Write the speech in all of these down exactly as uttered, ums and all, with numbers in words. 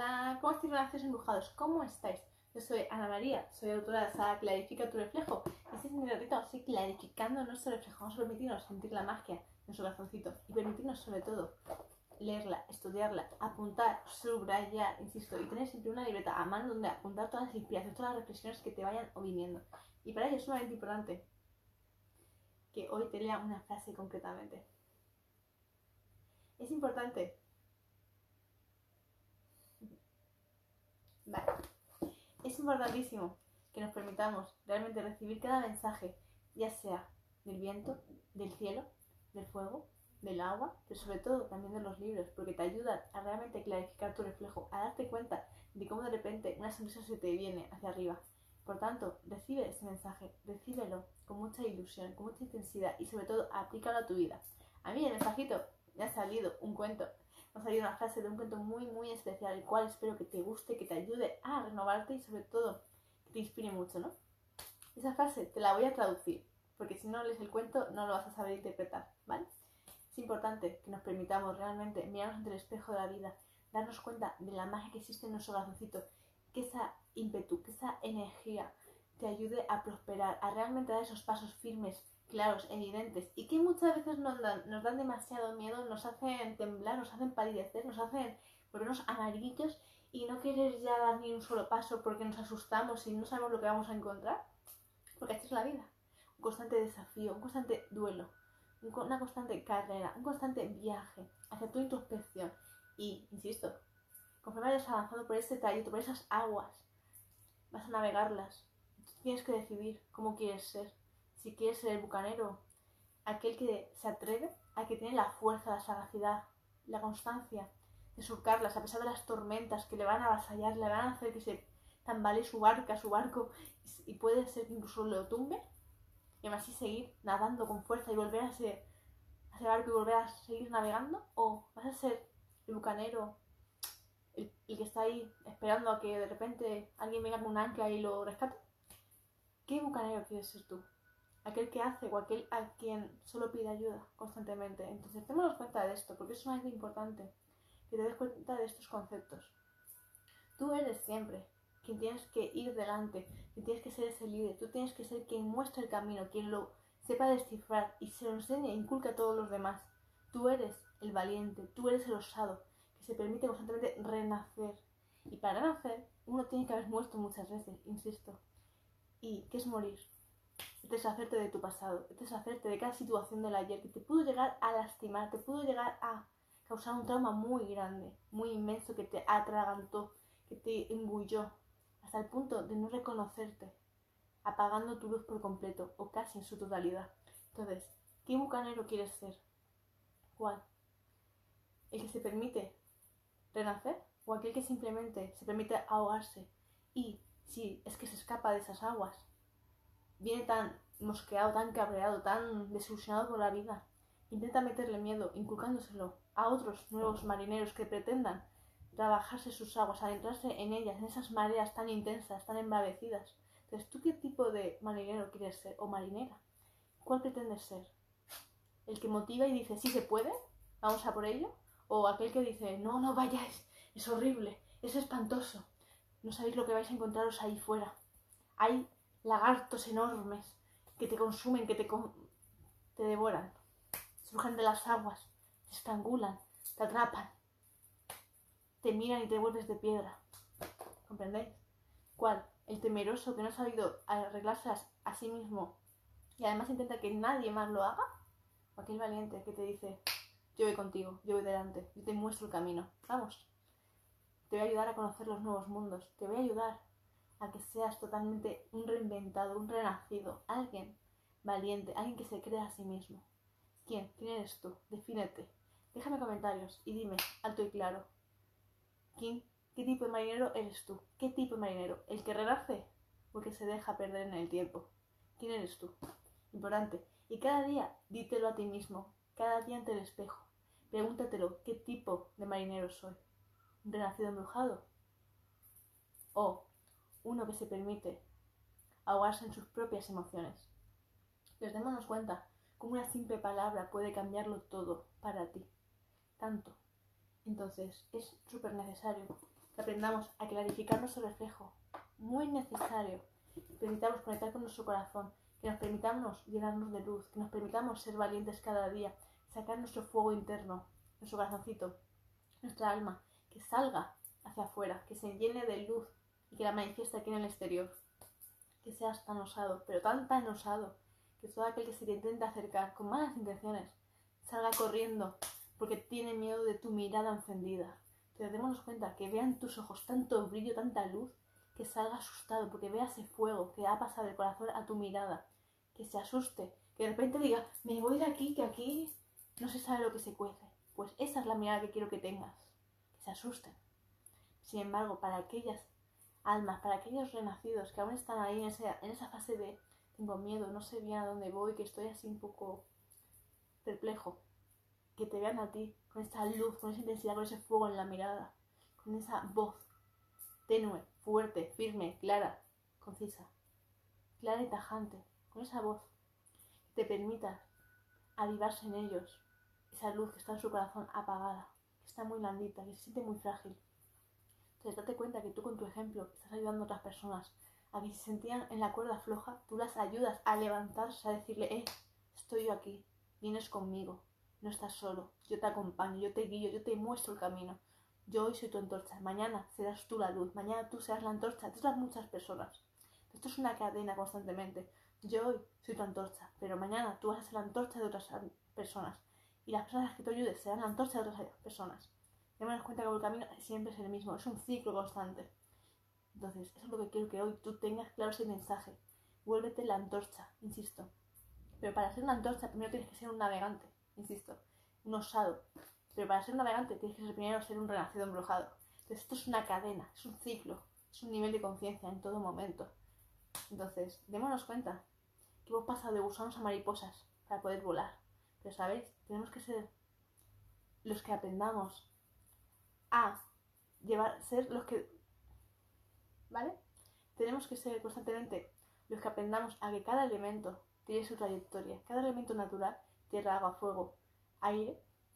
Hola, ¿cómo estáis, renacidos embrujados? ¿Cómo estáis? Yo soy Ana María, soy autora de la saga Clarifica tu reflejo. Y este es mi ratito así clarificando nuestro reflejo. Vamos a permitirnos sentir la magia de nuestro corazoncito y permitirnos sobre todo leerla, estudiarla, apuntar, subrayar, insisto, y tener siempre una libreta a mano donde apuntar todas las inspiraciones, todas las reflexiones que te vayan viniendo. Y para ello es sumamente importante que hoy te lea una frase concretamente. Es importante. Vale. Es importantísimo que nos permitamos realmente recibir cada mensaje, ya sea del viento, del cielo, del fuego, del agua, pero sobre todo también de los libros, porque te ayudan a realmente clarificar tu reflejo, a darte cuenta de cómo de repente una sonrisa se te viene hacia arriba. Por tanto, recibe ese mensaje, recíbelo con mucha ilusión, con mucha intensidad y sobre todo aplícalo a tu vida. A mí el mensajito me ha salido un cuento. Me ha salido una frase de un cuento muy muy especial, el cual espero que te guste, que te ayude a renovarte y sobre todo que te inspire mucho, ¿no? Esa frase te la voy a traducir, porque si no lees el cuento no lo vas a saber interpretar, ¿vale? Es importante que nos permitamos realmente mirarnos ante el espejo de la vida, darnos cuenta de la magia que existe en nuestro corazoncito, que esa ímpetu, que esa energía te ayude a prosperar, a realmente dar esos pasos firmes, claros, evidentes, y que muchas veces nos dan, nos dan demasiado miedo, nos hacen temblar, nos hacen palidecer, nos hacen volvernos amarillos y no querer ya dar ni un solo paso porque nos asustamos y no sabemos lo que vamos a encontrar. Porque esta es la vida, un constante desafío, un constante duelo, una constante carrera, un constante viaje hacia tu introspección. Y, insisto, conforme vayas avanzando por ese trayecto, por esas aguas, vas a navegarlas. Tienes que decidir cómo quieres ser. Si quieres ser el bucanero, aquel que se atreve, al que tiene la fuerza, la sagacidad, la constancia de surcarlas a pesar de las tormentas que le van a avasallar, le van a hacer que se tambalee su barca, su barco, y puede ser que incluso lo tumbe, y aún así seguir nadando con fuerza y volver a ese, a ese barco y volver a seguir navegando. O vas a ser el bucanero, el, el que está ahí esperando a que de repente alguien venga con un ancla y lo rescate. ¿Qué bucanero quieres ser tú? Aquel que hace o aquel a quien solo pide ayuda constantemente. Entonces, démonos cuenta de esto, porque es sumamente importante que te des cuenta de estos conceptos. Tú eres siempre quien tienes que ir delante, quien tienes que ser ese líder, tú tienes que ser quien muestra el camino, quien lo sepa descifrar y se lo enseña e inculca a todos los demás. Tú eres el valiente, tú eres el osado, que se permite constantemente renacer. Y para renacer, uno tiene que haber muerto muchas veces, insisto. ¿Y qué es morir? Es deshacerte de tu pasado, es deshacerte de cada situación del ayer que te pudo llegar a lastimar, te pudo llegar a causar un trauma muy grande, muy inmenso, que te atragantó, que te engulló, hasta el punto de no reconocerte, apagando tu luz por completo, o casi en su totalidad. Entonces, ¿qué bucanero quieres ser? ¿Cuál? ¿El que se permite renacer? ¿O aquel que simplemente se permite ahogarse? Y si es que se escapa de esas aguas, viene tan mosqueado, tan cabreado, tan desilusionado por la vida, intenta meterle miedo, inculcándoselo a otros nuevos marineros que pretendan trabajarse sus aguas, adentrarse en ellas, en esas mareas tan intensas, tan embravecidas. Entonces, ¿tú qué tipo de marinero quieres ser o marinera? ¿Cuál pretendes ser? ¿El que motiva y dice, sí se puede, vamos a por ello? ¿O aquel que dice, no, no vayáis, es horrible, es espantoso, no sabéis lo que vais a encontraros ahí fuera? Hay lagartos enormes que te consumen, que te, con... te devoran, surgen de las aguas, te estrangulan, te atrapan, te miran y te vuelves de piedra. ¿Comprendéis? ¿Cuál? El temeroso que no ha sabido arreglarse a sí mismo y además intenta que nadie más lo haga. O aquel valiente que te dice, yo voy contigo, yo voy delante, yo te muestro el camino, vamos. Te voy a ayudar a conocer los nuevos mundos, te voy a ayudar a que seas totalmente un reinventado, un renacido, alguien valiente, alguien que se crea a sí mismo. ¿Quién? ¿Quién eres tú? Defínete. Déjame comentarios y dime, alto y claro, ¿quién, ¿qué tipo de marinero eres tú? ¿Qué tipo de marinero? ¿El que renace o el que se deja perder en el tiempo? ¿Quién eres tú? Importante. Y cada día dítelo a ti mismo, cada día ante el espejo. Pregúntatelo, ¿qué tipo de marinero soy? ¿Un renacido embrujado? ¿O uno que se permite ahogarse en sus propias emociones? Pues démonos cuenta cómo una simple palabra puede cambiarlo todo para ti. Tanto. Entonces es súper necesario que aprendamos a clarificar nuestro reflejo, muy necesario, que necesitamos conectar con nuestro corazón, que nos permitamos llenarnos de luz, que nos permitamos ser valientes cada día, sacar nuestro fuego interno, nuestro corazoncito, nuestra alma, que salga hacia afuera, que se llene de luz y que la manifieste aquí en el exterior. Que seas tan osado, pero tan tan osado, que todo aquel que se te intenta acercar con malas intenciones salga corriendo porque tiene miedo de tu mirada encendida. Pero démonos cuenta que vean tus ojos tanto brillo, tanta luz, que salga asustado porque vea ese fuego que ha pasado del corazón a tu mirada, que se asuste, que de repente diga, me voy de aquí, que aquí no se sabe lo que se cuece. Pues esa es la mirada que quiero que tengas, que se asusten. Sin embargo, para aquellas almas, para aquellos renacidos que aún están ahí en esa, en esa fase de tengo miedo, no sé bien a dónde voy, que estoy así un poco perplejo, que te vean a ti con esa luz, con esa intensidad, con ese fuego en la mirada, con esa voz tenue, fuerte, firme, clara, concisa, clara y tajante, con esa voz que te permita avivarse en ellos esa luz que está en su corazón apagada, que está muy blandita, que se siente muy frágil. Entonces date cuenta que tú con tu ejemplo estás ayudando a otras personas a que si se sentían en la cuerda floja, tú las ayudas a levantarse, a decirle, eh, estoy yo aquí, vienes conmigo, no estás solo, yo te acompaño, yo te guío, yo te muestro el camino. Yo hoy soy tu antorcha, mañana serás tú la luz, mañana tú serás la antorcha de otras muchas personas. Esto es una cadena constantemente. Yo hoy soy tu antorcha, pero mañana tú vas a ser la antorcha de otras personas. Y las personas que tú ayudes serán la antorcha de otras personas. Démonos cuenta que el camino siempre es el mismo, es un ciclo constante. Entonces, eso es lo que quiero que hoy tú tengas claro ese mensaje. Vuélvete la antorcha, insisto. Pero para ser una antorcha primero tienes que ser un navegante, insisto, un osado. Pero para ser un navegante tienes que ser primero ser un renacido embrujado. Entonces esto es una cadena, es un ciclo, es un nivel de conciencia en todo momento. Entonces, démonos cuenta que hemos pasado de gusanos a mariposas para poder volar. Pero ¿sabéis? Tenemos que ser los que aprendamos a llevar, ser los que... ¿Vale? Tenemos que ser constantemente los que aprendamos a que cada elemento tiene su trayectoria. Cada elemento natural, tierra, agua, fuego, aire,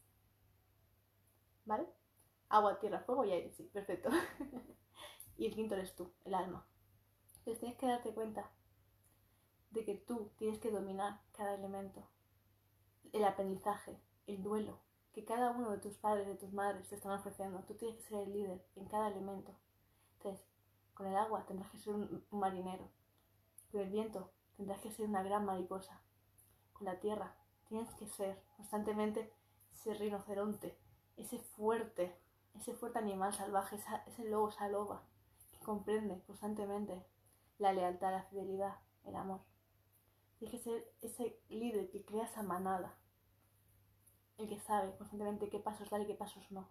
¿vale? Agua, tierra, fuego y aire, sí, perfecto. Y el quinto eres tú, el alma. Entonces tienes que darte cuenta de que tú tienes que dominar cada elemento. El aprendizaje, el duelo, que cada uno de tus padres, de tus madres te están ofreciendo. Tú tienes que ser el líder en cada elemento. Entonces, con el agua tendrás que ser un, un marinero. Con el viento tendrás que ser una gran mariposa. Con la tierra tienes que ser constantemente ese rinoceronte, ese fuerte, ese fuerte animal salvaje, esa, ese lobo, esa loba, que comprende constantemente la lealtad, la fidelidad, el amor. Tienes que ser ese líder que crea esa manada, el que sabe constantemente qué pasos dar y qué pasos no.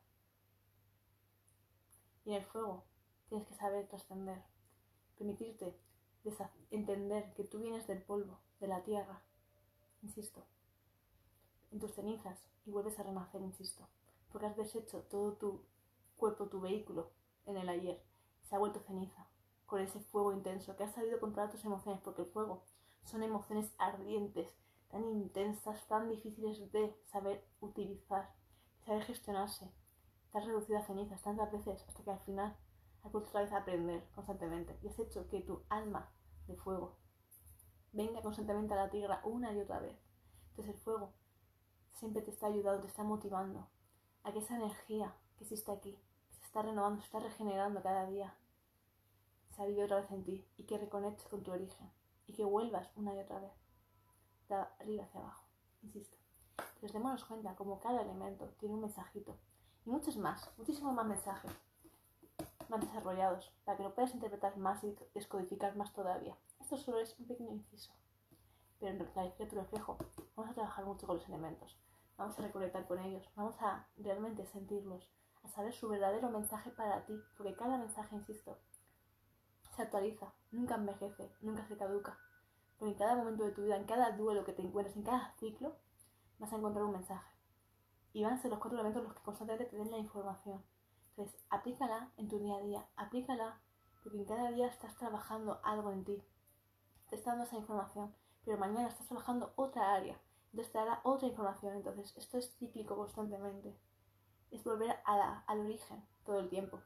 Y en el fuego tienes que saber trascender, permitirte entender que tú vienes del polvo, de la tierra, insisto, en tus cenizas y vuelves a renacer, insisto, porque has deshecho todo tu cuerpo, tu vehículo en el ayer, se ha vuelto ceniza, con ese fuego intenso, que has sabido controlar tus emociones, porque el fuego son emociones ardientes, tan intensas, tan difíciles de saber utilizar, de saber gestionarse. Te has reducido a cenizas tantas veces hasta que al final has vuelto otra vez a aprender constantemente y has hecho que tu alma de fuego venga constantemente a la tierra una y otra vez. Entonces el fuego siempre te está ayudando, te está motivando a que esa energía que existe aquí, que se está renovando, se está regenerando cada día, se avive otra vez en ti y que reconectes con tu origen y que vuelvas una y otra vez de arriba hacia abajo, insisto. Entonces démonos cuenta como cada elemento tiene un mensajito y muchos más, muchísimos más mensajes más desarrollados para que lo puedas interpretar más y descodificar más todavía. Esto solo es un pequeño inciso, pero en clarificar tu reflejo vamos a trabajar mucho con los elementos, vamos a reconectar con ellos, vamos a realmente sentirlos, a saber su verdadero mensaje para ti, porque cada mensaje, insisto, se actualiza, nunca envejece, nunca se caduca, porque en cada momento de tu vida, en cada duelo que te encuentres, en cada ciclo, vas a encontrar un mensaje y van a ser los cuatro elementos los que constantemente te den la información. Entonces, aplícala en tu día a día, aplícala porque en cada día estás trabajando algo en ti, te está dando esa información, pero mañana estás trabajando otra área, entonces te dará otra información. Entonces, esto es cíclico constantemente, es volver a la, al origen todo el tiempo.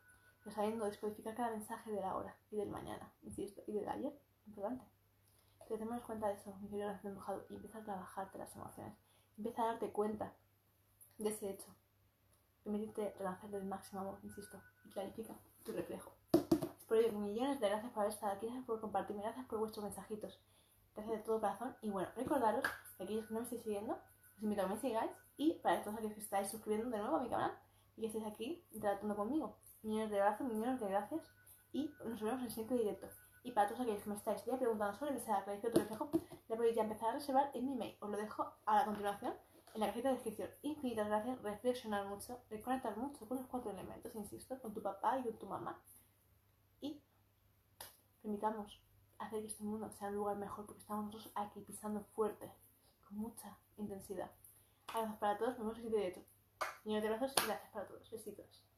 pero sabiendo descodificar cada mensaje de la hora y del mañana, insisto, y del ayer, importante. Pero démonos cuenta de eso, mi querido relación embrujado, y empieza a trabajarte las emociones. Empieza a darte cuenta de ese hecho. Permítete relanzar del máximo amor, insisto, y clarifica tu reflejo. Es por ello que millones de gracias por haber estado aquí, gracias por compartirme, gracias por vuestros mensajitos. Gracias de todo corazón. Y bueno, recordaros que aquellos que no me estáis siguiendo, os invito a que me sigáis. Y para todos aquellos que estáis suscribiendo de nuevo a mi canal y que estéis aquí interactuando conmigo, millones de abrazos, millones de gracias. Y nos vemos en el siguiente directo. Y para todos aquellos que me estáis ya preguntando sobre el deseo de tu reflejo, ya podéis ya empezar a reservar en mi mail. Os lo dejo a la continuación en la cajita de descripción. Infinitas gracias, reflexionar mucho, reconectar mucho con los cuatro elementos, insisto, con tu papá y con tu mamá. Y permitamos hacer que este mundo sea un lugar mejor, porque estamos nosotros aquí pisando fuerte, con mucha intensidad. Abrazos para todos, nos vemos en el siguiente directo. Millones de abrazos y gracias para todos. Besitos.